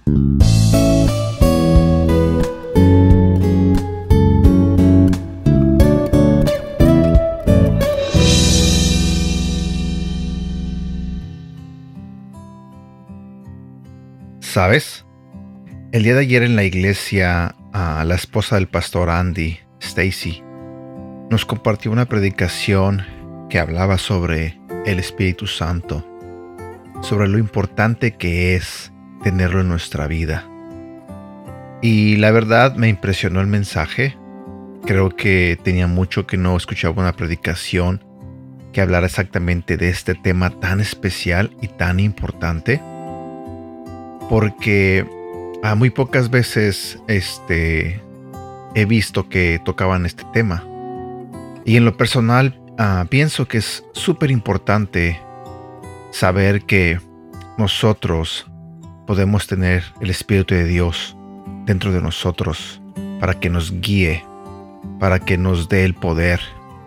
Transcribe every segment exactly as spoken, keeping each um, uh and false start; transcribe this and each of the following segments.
¿Sabes? El día de ayer en la iglesia, a la esposa del pastor Andy, Stacy, nos compartió una predicación que hablaba sobre el Espíritu Santo, sobre lo importante que es tenerlo en nuestra vida. Y la verdad me impresionó el mensaje. Creo que tenía mucho que no escuchaba una predicación que hablara exactamente de este tema tan especial y tan importante. Porque a muy pocas veces este, he visto que tocaban este tema. Y en lo personal uh, pienso que es súper importante saber que nosotros podemos tener el Espíritu de Dios dentro de nosotros para que nos guíe, para que nos dé el poder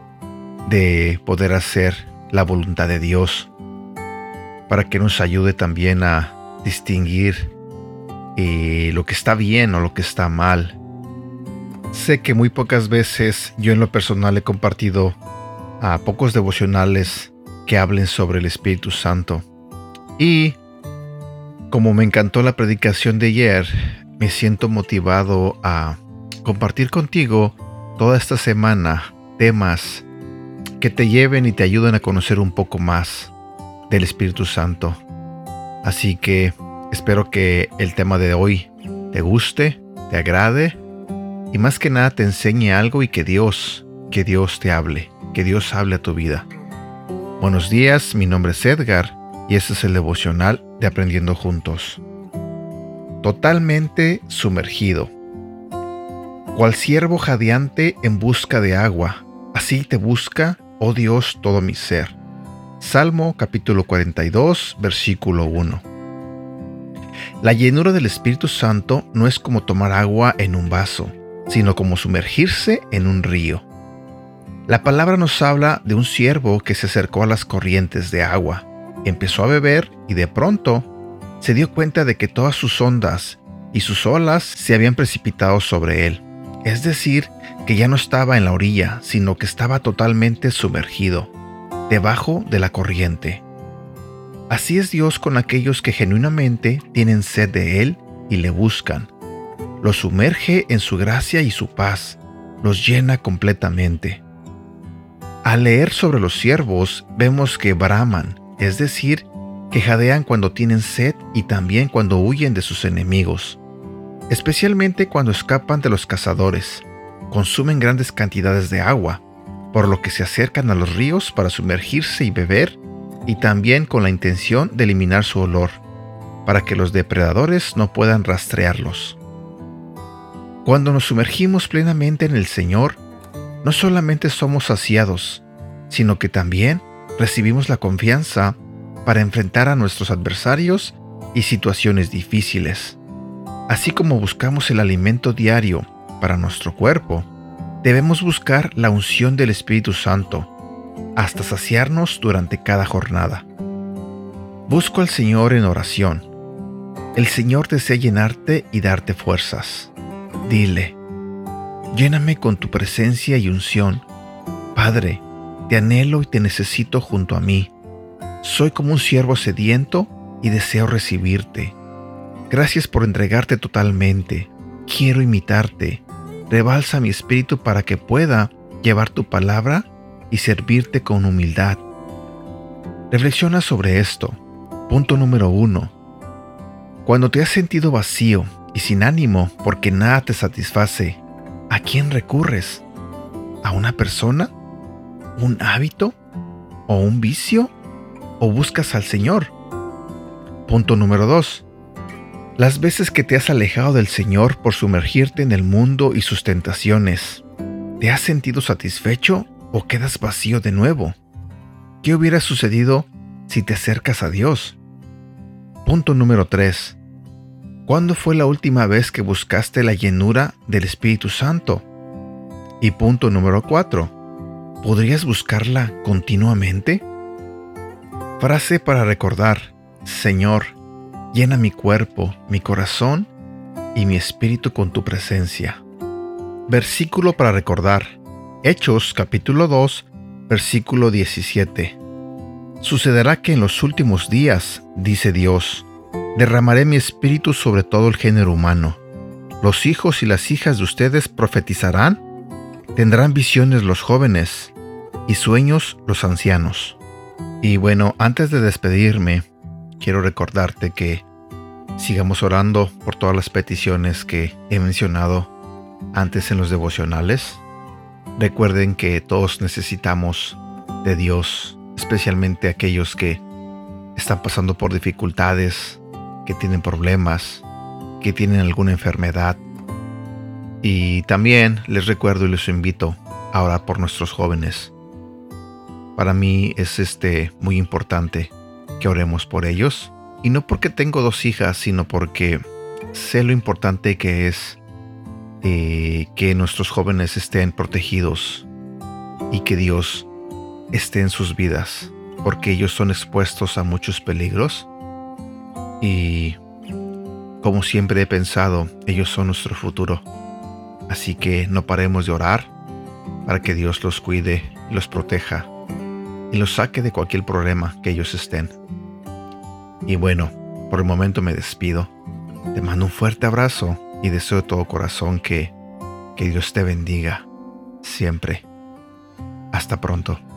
de poder hacer la voluntad de Dios, para que nos ayude también a distinguir eh, lo que está bien o lo que está mal. Sé que muy pocas veces yo en lo personal he compartido a pocos devocionales que hablen sobre el Espíritu Santo. Y como me encantó la predicación de ayer, me siento motivado a compartir contigo toda esta semana temas que te lleven y te ayuden a conocer un poco más del Espíritu Santo. Así que espero que el tema de hoy te guste, te agrade y más que nada te enseñe algo y que Dios, que Dios te hable, que Dios hable a tu vida. Buenos días, mi nombre es Edgar y este es el devocional de Aprendiendo Juntos. Totalmente sumergido. Cual ciervo jadeante en busca de agua, así te busca, oh Dios, todo mi ser. Salmo capítulo cuarenta y dos, versículo uno. La llenura del Espíritu Santo no es como tomar agua en un vaso, sino como sumergirse en un río. La palabra nos habla de un siervo que se acercó a las corrientes de agua, empezó a beber y de pronto se dio cuenta de que todas sus ondas y sus olas se habían precipitado sobre él. Es decir, que ya no estaba en la orilla, sino que estaba totalmente sumergido, debajo de la corriente. Así es Dios con aquellos que genuinamente tienen sed de Él y le buscan. Los sumerge en su gracia y su paz, los llena completamente. Al leer sobre los siervos, vemos que braman, es decir, que jadean cuando tienen sed y también cuando huyen de sus enemigos, especialmente cuando escapan de los cazadores. Consumen grandes cantidades de agua, por lo que se acercan a los ríos para sumergirse y beber, y también con la intención de eliminar su olor, para que los depredadores no puedan rastrearlos. Cuando nos sumergimos plenamente en el Señor, no solamente somos saciados, sino que también recibimos la confianza para enfrentar a nuestros adversarios y situaciones difíciles. Así como buscamos el alimento diario para nuestro cuerpo, debemos buscar la unción del Espíritu Santo hasta saciarnos durante cada jornada. Busco al Señor en oración. El Señor desea llenarte y darte fuerzas. Dile: lléname con tu presencia y unción. Padre, te anhelo y te necesito junto a mí. Soy como un siervo sediento y deseo recibirte. Gracias por entregarte totalmente. Quiero imitarte. Rebalsa mi espíritu para que pueda llevar tu palabra y servirte con humildad. Reflexiona sobre esto. Punto número uno. Cuando te has sentido vacío y sin ánimo porque nada te satisface, ¿a quién recurres? ¿A una persona? ¿Un hábito? ¿O un vicio? ¿O buscas al Señor? Punto número dos. Las veces que te has alejado del Señor por sumergirte en el mundo y sus tentaciones, ¿te has sentido satisfecho o quedas vacío de nuevo? ¿Qué hubiera sucedido si te acercas a Dios? Punto número tres. ¿Cuándo fue la última vez que buscaste la llenura del Espíritu Santo? Y punto número cuatro. ¿Podrías buscarla continuamente? Frase para recordar: Señor, Llena mi cuerpo, mi corazón y mi espíritu con tu presencia. Versículo para recordar. Hechos capítulo dos, versículo diecisiete. Sucederá que en los últimos días, dice Dios, derramaré mi espíritu sobre todo el género humano. Los hijos y las hijas de ustedes profetizarán, tendrán visiones los jóvenes y sueños los ancianos. Y bueno, antes de despedirme, quiero recordarte que sigamos orando por todas las peticiones que he mencionado antes en los devocionales. Recuerden que todos necesitamos de Dios, especialmente aquellos que están pasando por dificultades, que tienen problemas, que tienen alguna enfermedad. Y también les recuerdo y les invito a orar por nuestros jóvenes. Para mí es este muy importante que oremos por ellos. Y no porque tengo dos hijas, sino porque sé lo importante que es eh, que nuestros jóvenes estén protegidos y que Dios esté en sus vidas, porque ellos son expuestos a muchos peligros. Y como siempre he pensado, ellos son nuestro futuro. Así que no paremos de orar para que Dios los cuide, los proteja y los saque de cualquier problema que ellos estén. Y bueno, por el momento me despido. Te mando un fuerte abrazo y deseo de todo corazón que, que Dios te bendiga siempre. Hasta pronto.